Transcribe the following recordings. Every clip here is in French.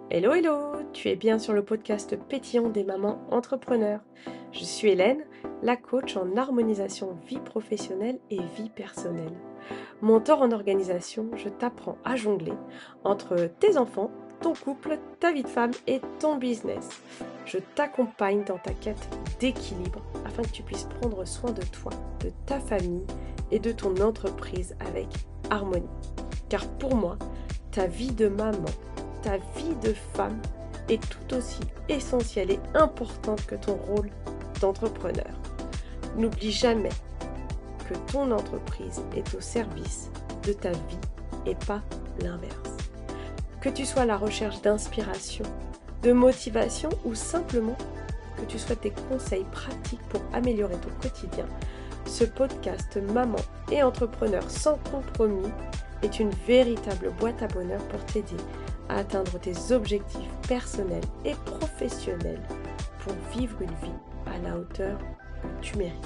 Hello, hello! Tu es bien sur le podcast pétillant des mamans entrepreneurs. Je suis Hélène, la coach en harmonisation vie professionnelle et vie personnelle. Mentor en organisation, je t'apprends à jongler entre tes enfants, ton couple, ta vie de femme et ton business. Je t'accompagne dans ta quête d'équilibre afin que tu puisses prendre soin de toi, de ta famille et de ton entreprise avec harmonie. Car pour moi, ta vie de maman, ta vie de femme est tout aussi essentielle et importante que ton rôle d'entrepreneur. N'oublie jamais que ton entreprise est au service de ta vie et pas l'inverse. Que tu sois à la recherche d'inspiration, de motivation ou simplement que tu souhaites des conseils pratiques pour améliorer ton quotidien, ce podcast Maman et Entrepreneur sans compromis est une véritable boîte à bonheur pour t'aider à atteindre tes objectifs personnels et professionnels pour vivre une vie à la hauteur que tu mérites.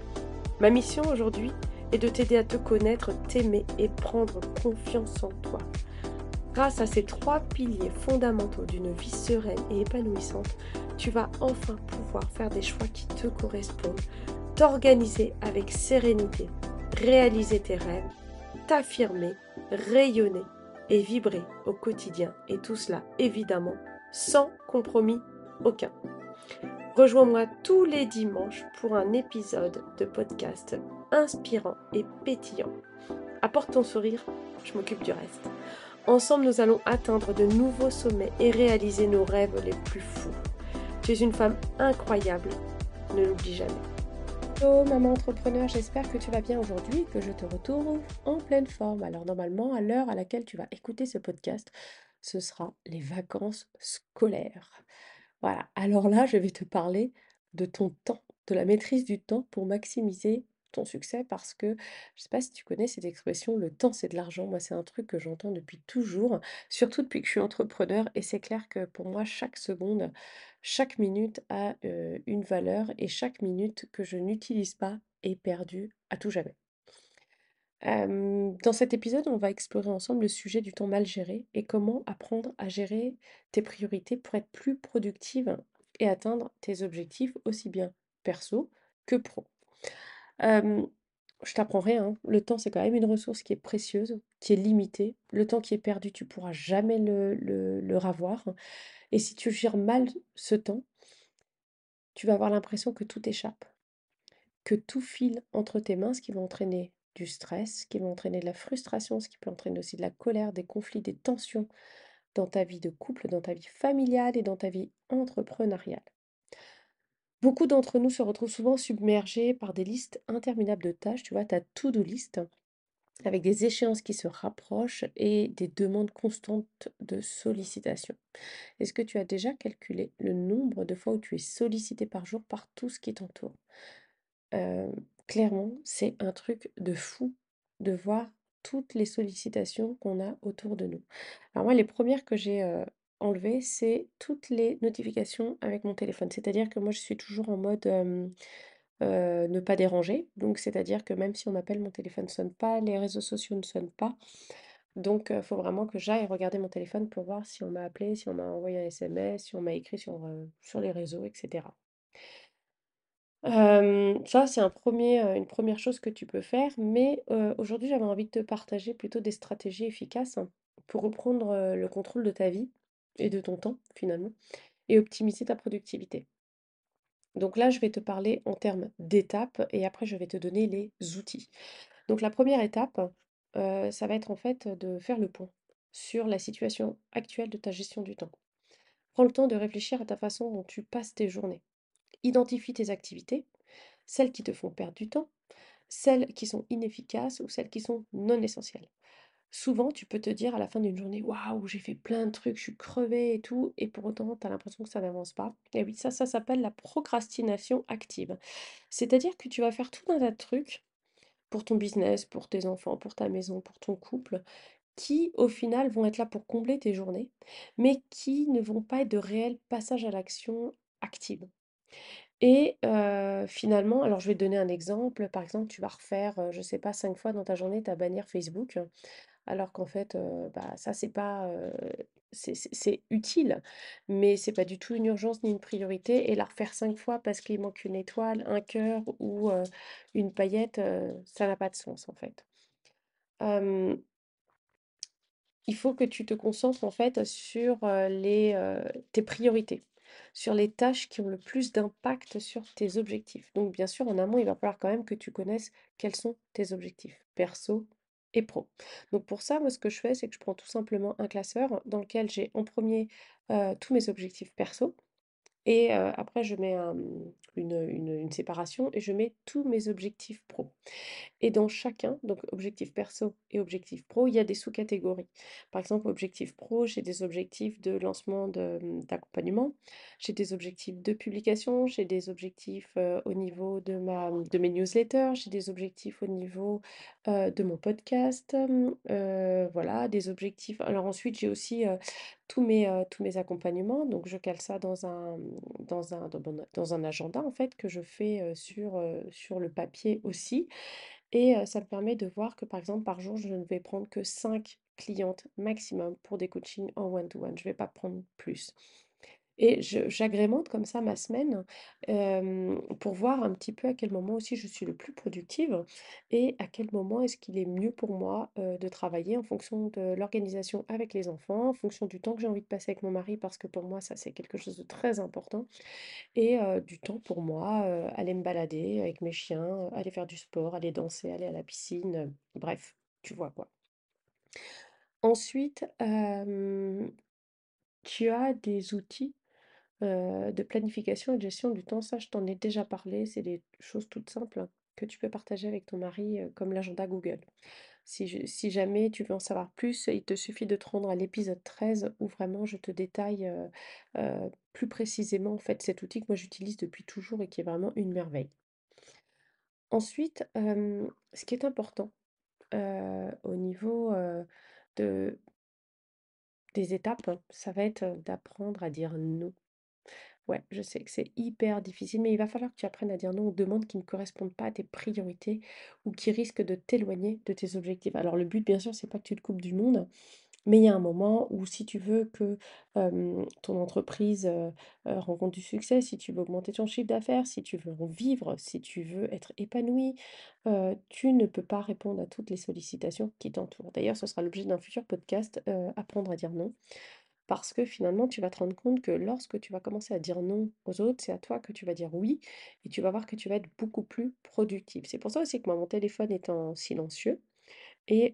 Ma mission aujourd'hui est de t'aider à te connaître, t'aimer et prendre confiance en toi. Grâce à ces 3 piliers fondamentaux d'une vie sereine et épanouissante, tu vas enfin pouvoir faire des choix qui te correspondent, t'organiser avec sérénité, réaliser tes rêves, t'affirmer, rayonner et vibrer au quotidien. Et tout cela, évidemment, sans compromis aucun. Rejoins-moi tous les dimanches pour un épisode de podcast inspirant et pétillant. Apporte ton sourire, je m'occupe du reste. Ensemble, nous allons atteindre de nouveaux sommets et réaliser nos rêves les plus fous. Tu es une femme incroyable, ne l'oublie jamais. Hello maman entrepreneur, j'espère que tu vas bien aujourd'hui et que je te retrouve en pleine forme. Alors normalement, à l'heure à laquelle tu vas écouter ce podcast, ce sera les vacances scolaires. Voilà, alors là, je vais te parler de ton temps, de la maîtrise du temps pour maximiser ton succès parce que je ne sais pas si tu connais cette expression, le temps c'est de l'argent. Moi, c'est un truc que j'entends depuis toujours, surtout depuis que je suis entrepreneur et c'est clair que pour moi, chaque seconde, chaque minute a une valeur et chaque minute que je n'utilise pas est perdue à tout jamais. Dans cet épisode, on va explorer ensemble le sujet du temps mal géré et comment apprendre à gérer tes priorités pour être plus productive et atteindre tes objectifs aussi bien perso que pro. Hem, je t'apprends rien, hein. Le temps, c'est quand même une ressource qui est précieuse, qui est limitée. Le temps qui est perdu, tu pourras jamais le ravoir et si tu gères mal ce temps, tu vas avoir l'impression que tout échappe, que tout file entre tes mains, ce qui va entraîner du stress, ce qui va entraîner de la frustration, ce qui peut entraîner aussi de la colère, des conflits, des tensions dans ta vie de couple, dans ta vie familiale et dans ta vie entrepreneuriale. Beaucoup d'entre nous se retrouvent souvent submergés par des listes interminables de tâches, tu vois, ta to-do list, avec des échéances qui se rapprochent et des demandes constantes de sollicitation. Est-ce que tu as déjà calculé le nombre de fois où tu es sollicité par jour par tout ce qui t'entoure? Heu, clairement, c'est un truc de fou de voir toutes les sollicitations qu'on a autour de nous. Alors moi, les premières que j'ai, enlevées, c'est toutes les notifications avec mon téléphone. C'est-à-dire que moi, je suis toujours en mode, ne pas déranger. Donc c'est-à-dire que même si on m'appelle, mon téléphone ne sonne pas, les réseaux sociaux ne sonnent pas. Donc faut vraiment que j'aille regarder mon téléphone pour voir si on m'a appelé, si on m'a envoyé un SMS, si on m'a écrit sur les réseaux et cetera. Ça, c'est une première chose que tu peux faire, mais aujourd'hui, j'avais envie de te partager plutôt des stratégies efficaces pour reprendre, le contrôle de ta vie et de ton temps, finalement, et optimiser ta productivité. Donc là, je vais te parler en termes d'étapes et après je vais te donner les outils. Donc la première étape, ça va être en fait de faire le point sur la situation actuelle de ta gestion du temps. Prends le temps de réfléchir à ta façon dont tu passes tes journées. Identifie tes activités, celles qui te font perdre du temps, celles qui sont inefficaces ou celles qui sont non essentielles. Souvent, tu peux te dire à la fin d'une journée: «Waouh, j'ai fait plein de trucs, je suis crevée et tout» et pour autant, tu as l'impression que ça n'avance pas. Et oui, ça s'appelle la procrastination active. C'est-à-dire que tu vas faire tout un tas de trucs pour ton business, pour tes enfants, pour ta maison, pour ton couple, qui au final vont être là pour combler tes journées, mais qui ne vont pas être de réels passages à l'action active. Et finalement, alors je vais te donner un exemple. Par exemple, tu vas refaire, je sais pas, 5 fois dans ta journée ta bannière Facebook, alors qu'en fait, bah, ça c'est pas, c'est utile, mais c'est pas du tout une urgence ni une priorité et la refaire 5 fois parce qu'il manque une étoile, un cœur ou une paillette, ça n'a pas de sens, en fait. Hem, il faut que tu te concentres, en fait, sur, tes priorités, sur les tâches qui ont le plus d'impact sur tes objectifs. Donc bien sûr, en amont, il va falloir quand même que tu connaisses quels sont tes objectifs perso et pro. Donc pour ça, moi, ce que je fais, c'est que je prends tout simplement un classeur dans lequel j'ai en premier tous mes objectifs perso et après je mets une séparation et je mets tous mes objectifs pro. Et dans chacun, donc objectif perso et objectif pro, il y a des sous-catégories. Par exemple, objectif pro, j'ai des objectifs de lancement d'accompagnement, j'ai des objectifs de publication, j'ai des objectifs au niveau de mes newsletters, j'ai des objectifs au niveau de mon podcast, voilà, des objectifs. Alors ensuite, j'ai aussi tous mes accompagnements, donc je cale ça dans un agenda en fait que je fais sur le papier aussi. Et ça me permet de voir que, par exemple, par jour, je ne vais prendre que 5 clientes maximum pour des coachings en one to one. Je ne vais pas prendre plus. Et j'agrémente comme ça ma semaine, pour voir un petit peu à quel moment aussi je suis le plus productive et à quel moment est-ce qu'il est mieux pour moi, de travailler en fonction de l'organisation avec les enfants, en fonction du temps que j'ai envie de passer avec mon mari parce que pour moi ça c'est quelque chose de très important et du temps pour moi, aller me balader avec mes chiens, aller faire du sport, aller danser, aller à la piscine, bref, tu vois quoi. Ensuite, tu as des outils, de planification et de gestion du temps. Ça, je t'en ai déjà parlé, c'est des choses toutes simples que tu peux partager avec ton mari, comme l'agenda Google. Si jamais tu veux en savoir plus, il te suffit de te rendre à l'épisode 13 où vraiment je te détaille, plus précisément en fait cet outil que moi j'utilise depuis toujours et qui est vraiment une merveille. Ensuite, ce qui est important, au niveau, de des étapes, ça va être, d'apprendre à dire non. Ouais, je sais que c'est hyper difficile, mais il va falloir que tu apprennes à dire non aux demandes qui ne correspondent pas à tes priorités ou qui risquent de t'éloigner de tes objectifs. Alors le but, bien sûr, c'est pas que tu te coupes du monde, mais il y a un moment où si tu veux que ton entreprise rencontre du succès, si tu veux augmenter ton chiffre d'affaires, si tu veux en vivre, si tu veux être épanoui, tu ne peux pas répondre à toutes les sollicitations qui t'entourent. D'ailleurs, ce sera l'objet d'un futur podcast, apprendre à dire non. Parce que finalement, tu vas te rendre compte que lorsque tu vas commencer à dire non aux autres, c'est à toi que tu vas dire oui et tu vas voir que tu vas être beaucoup plus productif. C'est pour ça aussi que moi, mon téléphone est en silencieux et,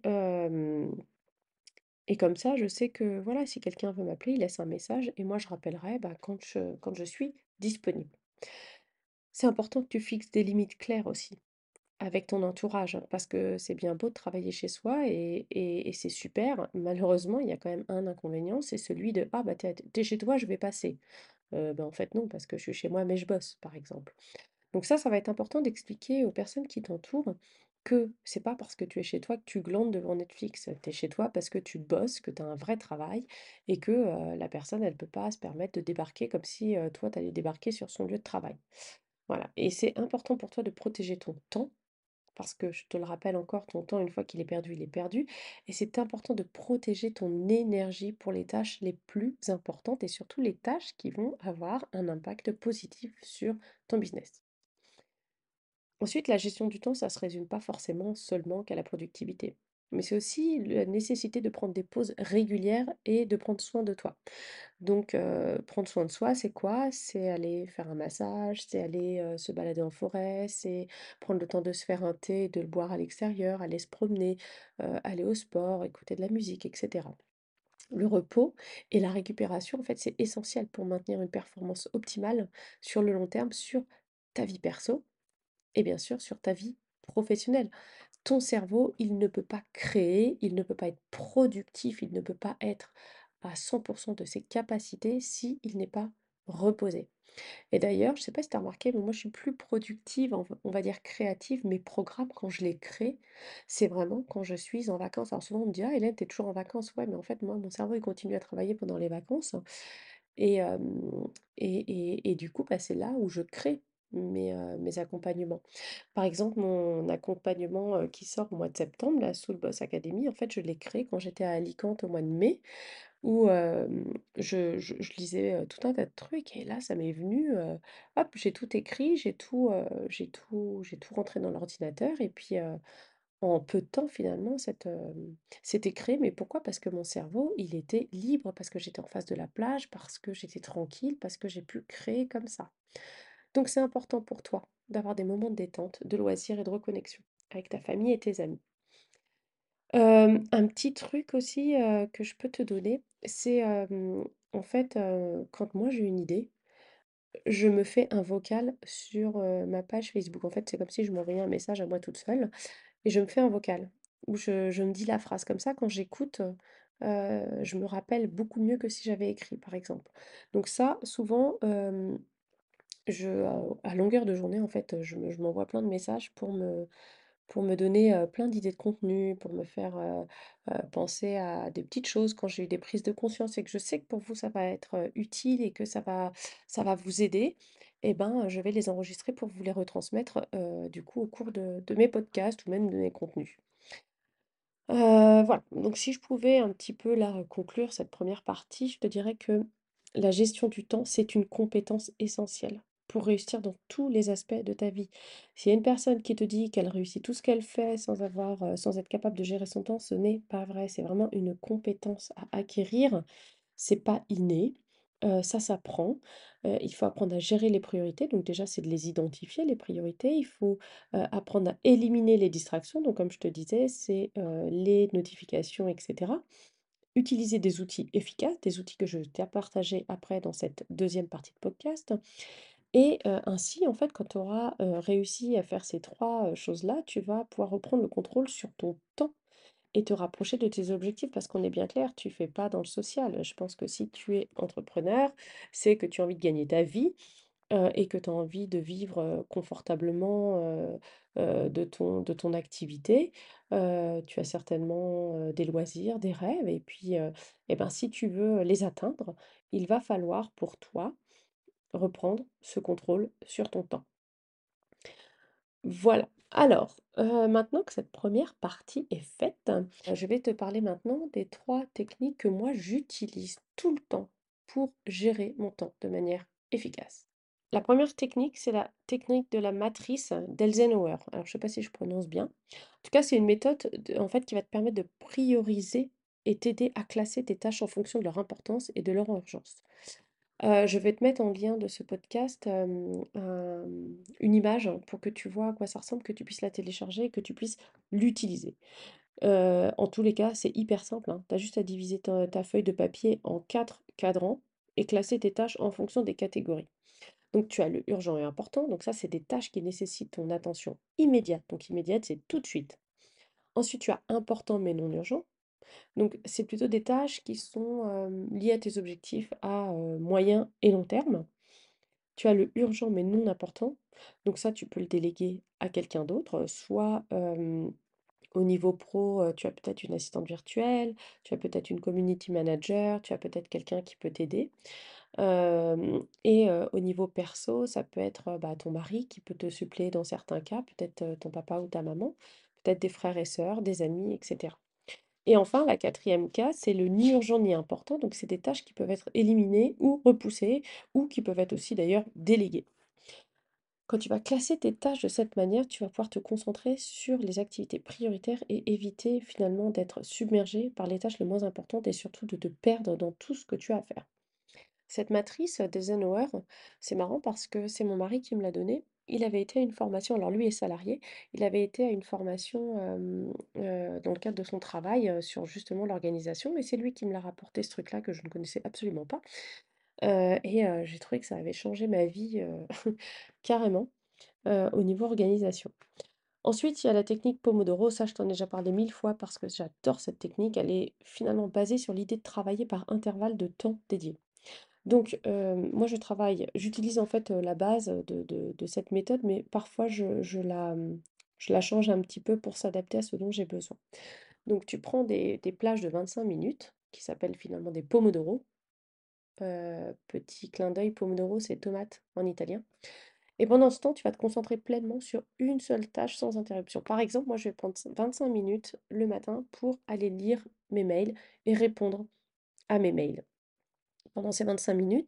et comme ça, je sais que voilà, si quelqu'un veut m'appeler, il laisse un message et moi, je rappellerai bah, quand je suis disponible. C'est important que tu fixes des limites claires aussi avec ton entourage, hein, parce que c'est bien beau de travailler chez soi et c'est super. Malheureusement, il y a quand même un inconvénient, c'est celui de ah bah t'es chez toi, je vais passer. Bah, en fait non, parce que je suis chez moi, mais je bosse, par exemple. Donc ça va être important d'expliquer aux personnes qui t'entourent que c'est pas parce que tu es chez toi que tu glandes devant Netflix. Tu es chez toi parce que tu bosses, que tu as un vrai travail et que la personne, elle peut pas se permettre de débarquer comme si toi, tu allais débarquer sur son lieu de travail. Voilà. Et c'est important pour toi de protéger ton temps parce que je te le rappelle encore, ton temps, une fois qu'il est perdu, il est perdu. Et c'est important de protéger ton énergie pour les tâches les plus importantes et surtout les tâches qui vont avoir un impact positif sur ton business. Ensuite, la gestion du temps, ça se résume pas forcément seulement qu'à la productivité. Mais c'est aussi la nécessité de prendre des pauses régulières et de prendre soin de toi. Donc, prendre soin de soi, c'est quoi? C'est aller faire un massage, c'est aller, se balader en forêt, c'est prendre le temps de se faire un thé et de le boire à l'extérieur, aller se promener, aller au sport, écouter de la musique et cetera. Le repos et la récupération, en fait, c'est essentiel pour maintenir une performance optimale sur le long terme, sur ta vie perso et bien sûr sur ta vie professionnelle. Ton cerveau, il ne peut pas créer, il ne peut pas être productif, il ne peut pas être à 100% de ses capacités si il n'est pas reposé. Et d'ailleurs, je ne sais pas si tu as remarqué, mais moi je suis plus productive, on va dire créative. Mes programmes, quand je les crée, c'est vraiment quand je suis en vacances. Alors souvent on me dit, ah Hélène, t'es toujours en vacances. Ouais, mais en fait, moi, mon cerveau, il continue à travailler pendant les vacances. Et, et du coup, bah, c'est là où je crée mes accompagnements. Par exemple, mon accompagnement qui sort au mois de septembre, là, sous le Boss Academy, en fait, je l'ai créé quand j'étais à Alicante au mois de mai où, je lisais, tout un tas de trucs et là, ça m'est venu, hop, j'ai tout écrit, j'ai tout rentré dans l'ordinateur et puis, en peu de temps finalement c'était créé. Mais pourquoi? Parce que mon cerveau, il était libre, parce que j'étais en face de la plage, parce que j'étais tranquille, parce que j'ai pu créer comme ça. Donc c'est important pour toi d'avoir des moments de détente, de loisirs et de reconnexion avec ta famille et tes amis. Un petit truc aussi, que je peux te donner, c'est, en fait, quand moi j'ai une idée, je me fais un vocal sur, ma page Facebook. En fait, c'est comme si je m'envoyais un message à moi toute seule et je me fais un vocal où je me dis la phrase. Comme ça, quand j'écoute, je me rappelle beaucoup mieux que si j'avais écrit, par exemple. Donc ça, souvent, à longueur de journée, en fait, je m'envoie plein de messages pour me donner, plein d'idées de contenu, pour me faire, penser à des petites choses quand j'ai eu des prises de conscience et que je sais que pour vous ça va être, utile et que ça va vous aider. Et ben, je vais les enregistrer pour vous les retransmettre, du coup au cours de mes podcasts ou même de mes contenus. Voilà, donc si je pouvais un petit peu là, conclure cette première partie, je te dirais que la gestion du temps, c'est une compétence essentielle pour réussir dans tous les aspects de ta vie. S'il y a une personne qui te dit qu'elle réussit tout ce qu'elle fait sans être capable de gérer son temps, ce n'est pas vrai. C'est vraiment une compétence à acquérir. C'est pas inné, ça s'apprend. Il faut apprendre à gérer les priorités, donc déjà, c'est de les identifier, les priorités. Il faut, apprendre à éliminer les distractions, donc comme je te disais, c'est, les notifications et cetera. Utiliser des outils efficaces, des outils que je t'ai partagés après dans cette deuxième partie de podcast et ainsi, en fait, quand tu auras, réussi à faire ces 3 choses-là, tu vas pouvoir reprendre le contrôle sur ton temps et te rapprocher de tes objectifs parce qu'on est bien clair, tu fais pas dans le social. Je pense que si tu es entrepreneur, c'est que tu as envie de gagner ta vie, et que tu as envie de vivre, confortablement, de ton activité. Tu as certainement, des loisirs, des rêves et puis, et ben, si tu veux les atteindre, il va falloir pour toi reprendre ce contrôle sur ton temps. Voilà. Alors, maintenant que cette première partie est faite, je vais te parler maintenant des 3 techniques que moi j'utilise tout le temps pour gérer mon temps de manière efficace. La première technique, c'est la technique de la matrice d'Eisenhower. Alors, je ne sais pas si je prononce bien. En tout cas, c'est une méthode en fait, qui va te permettre de prioriser et t'aider à classer tes tâches en fonction de leur importance et de leur urgence. Je vais te mettre en lien de ce podcast, une image pour que tu vois à quoi ça ressemble, que tu puisses la télécharger et que tu puisses l'utiliser. En tous les cas, c'est hyper simple, hein. Tu as juste à diviser ta feuille de papier en 4 cadrans et classer tes tâches en fonction des catégories. Donc tu as le urgent et important, donc ça, c'est des tâches qui nécessitent ton attention immédiate. Donc immédiate, c'est tout de suite. Ensuite, tu as important mais non urgent. Donc c'est plutôt des tâches qui sont, liées à tes objectifs à, moyen et long terme. Tu as le urgent mais non important. Donc ça, tu peux le déléguer à quelqu'un d'autre, soit, au niveau pro, tu as peut-être une assistante virtuelle, tu as peut-être une community manager, tu as peut-être quelqu'un qui peut t'aider. Et au niveau perso, ça peut être, bah, ton mari qui peut te suppléer dans certains cas, peut-être, ton papa ou ta maman, peut-être des frères et sœurs, des amis et cetera. Et enfin, la quatrième cas, c'est le ni urgent ni important, donc c'est des tâches qui peuvent être éliminées ou repoussées ou qui peuvent être aussi d'ailleurs déléguées. Quand tu vas classer tes tâches de cette manière, tu vas pouvoir te concentrer sur les activités prioritaires et éviter finalement d'être submergé par les tâches les moins importantes et surtout de te perdre dans tout ce que tu as à faire. Cette matrice d'Eisenhower, c'est marrant parce que c'est mon mari qui me l'a donnée. Il avait été à une formation, alors lui est salarié, il avait été à une formation dans le cadre de son travail sur justement l'organisation et c'est lui qui me l'a rapporté ce truc-là que je ne connaissais absolument pas. Et j'ai trouvé que ça avait changé ma vie carrément au niveau organisation. Ensuite, il y a la technique Pomodoro. Ça, je t'en ai déjà parlé 1000 fois parce que j'adore cette technique. Elle est finalement basée sur l'idée de travailler par intervalle de temps dédié. Donc, moi, j'utilise en fait la base de cette méthode, mais parfois je la change un petit peu pour s'adapter à ce dont j'ai besoin. Donc, tu prends des plages de 25 minutes qui s'appellent finalement des Pomodoro. Petit clin d'œil, Pomodoro, c'est tomate en italien. Et pendant ce temps, tu vas te concentrer pleinement sur une seule tâche sans interruption. Par exemple, moi, je vais prendre 25 minutes le matin pour aller lire mes mails et répondre à mes mails. Pendant ces 25 minutes,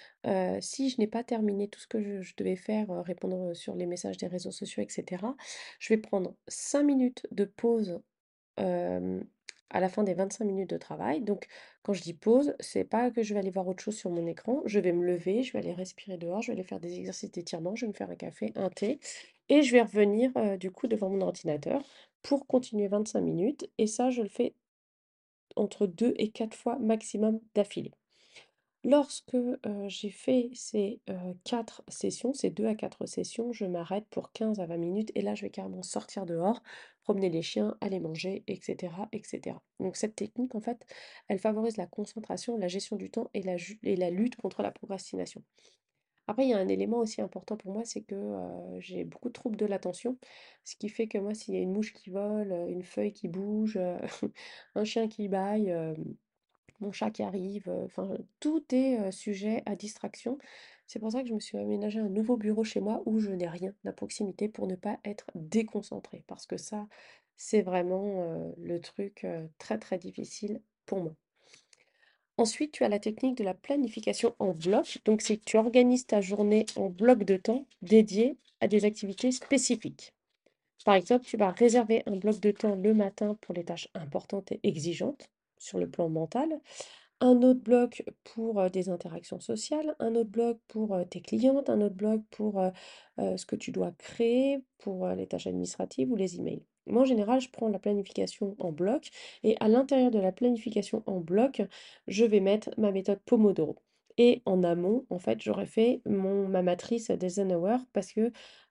si je n'ai pas terminé tout ce que je devais faire, répondre, sur les messages des réseaux sociaux et cetera, je vais prendre 5 minutes de pause, hem, à la fin des 25 minutes de travail. Donc quand je dis pause, c'est pas que je vais aller voir autre chose sur mon écran, je vais me lever, je vais aller respirer dehors, je vais aller faire des exercices d'étirement, je vais me faire un café, un thé et je vais revenir, du coup devant mon ordinateur pour continuer 25 minutes et ça je le fais entre 2 et 4 fois maximum d'affilée. Lorsque, j'ai fait ces, 4 sessions, ces 2 à 4 sessions, je m'arrête pour 15 à 20 minutes et là, je vais carrément sortir dehors, promener les chiens, aller manger et cetera et cetera. Donc cette technique, en fait, elle favorise la concentration, la gestion du temps et la lutte contre la procrastination. Après, il y a un élément aussi important pour moi, c'est que, j'ai beaucoup de troubles de l'attention, ce qui fait que moi, s'il y a une mouche qui vole, une feuille qui bouge, un chien qui bâille, mon chat qui arrive, enfin, tout est, sujet à distraction. C'est pour ça que je me suis aménagé un nouveau bureau chez moi où je n'ai rien à proximité pour ne pas être déconcentrée. Parce que ça, c'est vraiment, le truc, très, très difficile pour moi. Ensuite, tu as la technique de la planification en bloc. Donc, c'est que tu organises ta journée en blocs de temps dédiés à des activités spécifiques. Par exemple, tu vas réserver un bloc de temps le matin pour les tâches importantes et exigeantes sur le plan mental, un autre bloc pour, des interactions sociales, un autre bloc pour, tes clientes, un autre bloc pour, ce que tu dois créer pour, les tâches administratives ou les emails. Moi, en général, je prends la planification en bloc et à l'intérieur de la planification en bloc, je vais mettre ma méthode Pomodoro. Et en amont, en fait, j'aurais fait ma matrice d'Eisenhower parce que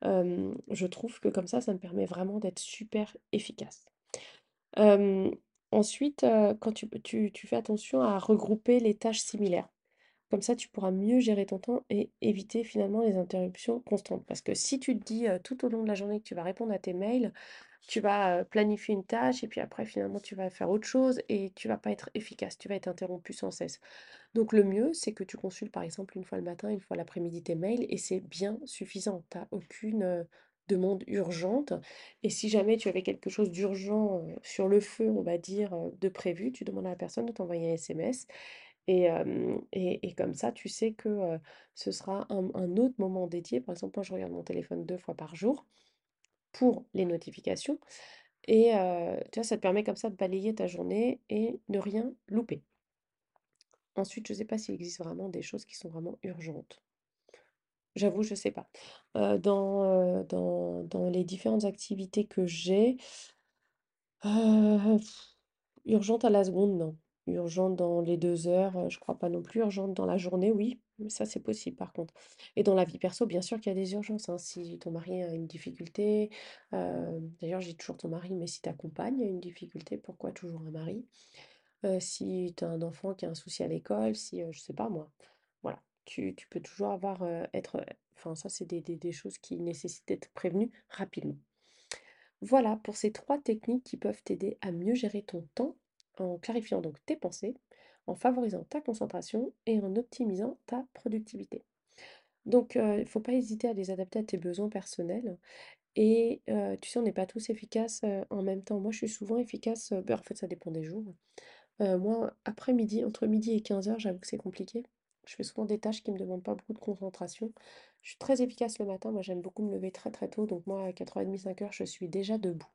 je trouve que comme ça me permet vraiment d'être super efficace. Hem, Ensuite, quand tu fais attention à regrouper les tâches similaires. Comme ça, tu pourras mieux gérer ton temps et éviter finalement les interruptions constantes. Parce que si tu te dis, tout au long de la journée que tu vas répondre à tes mails, tu vas, planifier une tâche et puis après finalement tu vas faire autre chose et tu vas pas être efficace, tu vas être interrompu sans cesse. Donc le mieux, c'est que tu consultes par exemple une fois le matin, une fois l'après-midi tes mails et c'est bien suffisant. Tu as aucune demande urgente. Et si jamais tu avais quelque chose d'urgent sur le feu, on va dire, de prévu, tu demandes à la personne de t'envoyer un SMS. Et comme ça, tu sais que ce sera un autre moment dédié. Par exemple, moi, je regarde mon téléphone 2 fois par jour pour les notifications. Et tu vois, ça te permet comme ça de balayer ta journée et ne rien louper. Ensuite, je ne sais pas s'il existe vraiment des choses qui sont vraiment urgentes. J'avoue, je ne sais pas. Dans les différentes activités que j'ai, urgente à la seconde, non. Urgente dans les 2 heures, je crois pas non plus. Urgente dans la journée, oui, mais ça, c'est possible par contre. Et dans la vie perso, bien sûr qu'il y a des urgences, hein. Si ton mari a une difficulté, d'ailleurs, je dis toujours ton mari, mais si ta compagne a une difficulté, pourquoi toujours un mari? Si tu as un enfant qui a un souci à l'école, si, je sais pas moi. Voilà, tu peux toujours avoir, enfin ça, c'est des choses qui nécessitent d'être prévenues rapidement. Voilà pour ces 3 techniques qui peuvent t'aider à mieux gérer ton temps en clarifiant donc tes pensées, en favorisant ta concentration et en optimisant ta productivité. Donc, il ne faut pas hésiter à les adapter à tes besoins personnels et tu sais, on n'est pas tous efficaces, en même temps. Moi, je suis souvent efficace, en fait, ça dépend des jours. Moi, après-midi, entre midi et 15 heures, j'avoue que c'est compliqué. Je fais souvent des tâches qui ne me demandent pas beaucoup de concentration. Je suis très efficace le matin, moi j'aime beaucoup me lever très très tôt, donc moi à 4h30, 5 heures, je suis déjà debout.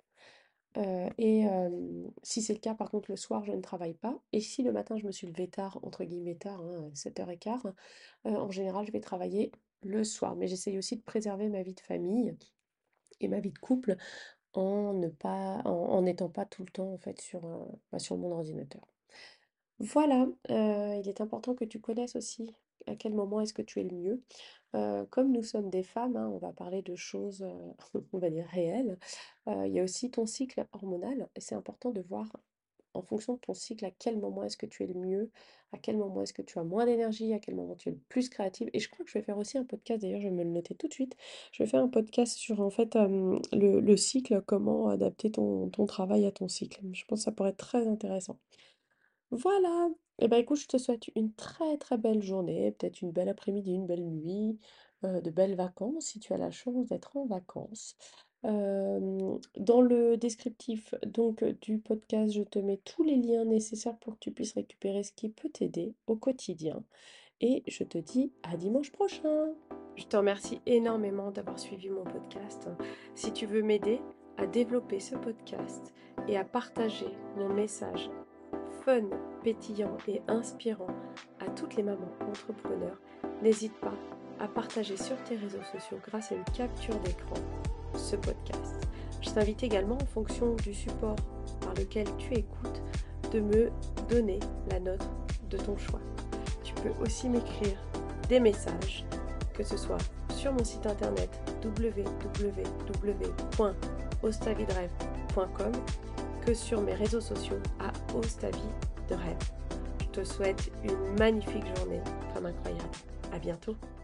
Si c'est le cas, par contre, le soir, je ne travaille pas. Et si le matin, je me suis levée tard, entre guillemets tard, hein, 7h15, en général, je vais travailler le soir. Mais j'essaye aussi de préserver ma vie de famille et ma vie de couple en n'étant pas tout le temps en fait sur mon ordinateur. Voilà, il est important que tu connaisses aussi à quel moment est-ce que tu es le mieux. Comme nous sommes des femmes, hein, on va parler de choses, on va dire réelles. Il y a aussi ton cycle hormonal et c'est important de voir en fonction de ton cycle à quel moment est-ce que tu es le mieux, à quel moment est-ce que tu as moins d'énergie, à quel moment tu es le plus créative. Et je crois que je vais faire aussi un podcast, d'ailleurs je vais me le noter tout de suite. Je vais faire un podcast sur en fait le cycle, comment adapter ton travail à ton cycle. Je pense que ça pourrait être très intéressant. Voilà. Et ben écoute, je te souhaite une très très belle journée, peut-être une belle après-midi, une belle nuit, de belles vacances si tu as la chance d'être en vacances. Dans le descriptif donc du podcast, je te mets tous les liens nécessaires pour que tu puisses récupérer ce qui peut t'aider au quotidien et je te dis à dimanche prochain. Je te remercie énormément d'avoir suivi mon podcast. Si tu veux m'aider à développer ce podcast et à partager mon message fun, pétillant et inspirant à toutes les mamans entrepreneurs, n'hésite pas à partager sur tes réseaux sociaux grâce à une capture d'écran ce podcast. Je t'invite également, en fonction du support par lequel tu écoutes, de me donner la note de ton choix. Tu peux aussi m'écrire des messages, que ce soit sur mon site internet www.ostavidrêve.com que sur mes réseaux sociaux à Ostavie de Rêve. Je te souhaite une magnifique journée, femme incroyable. À bientôt.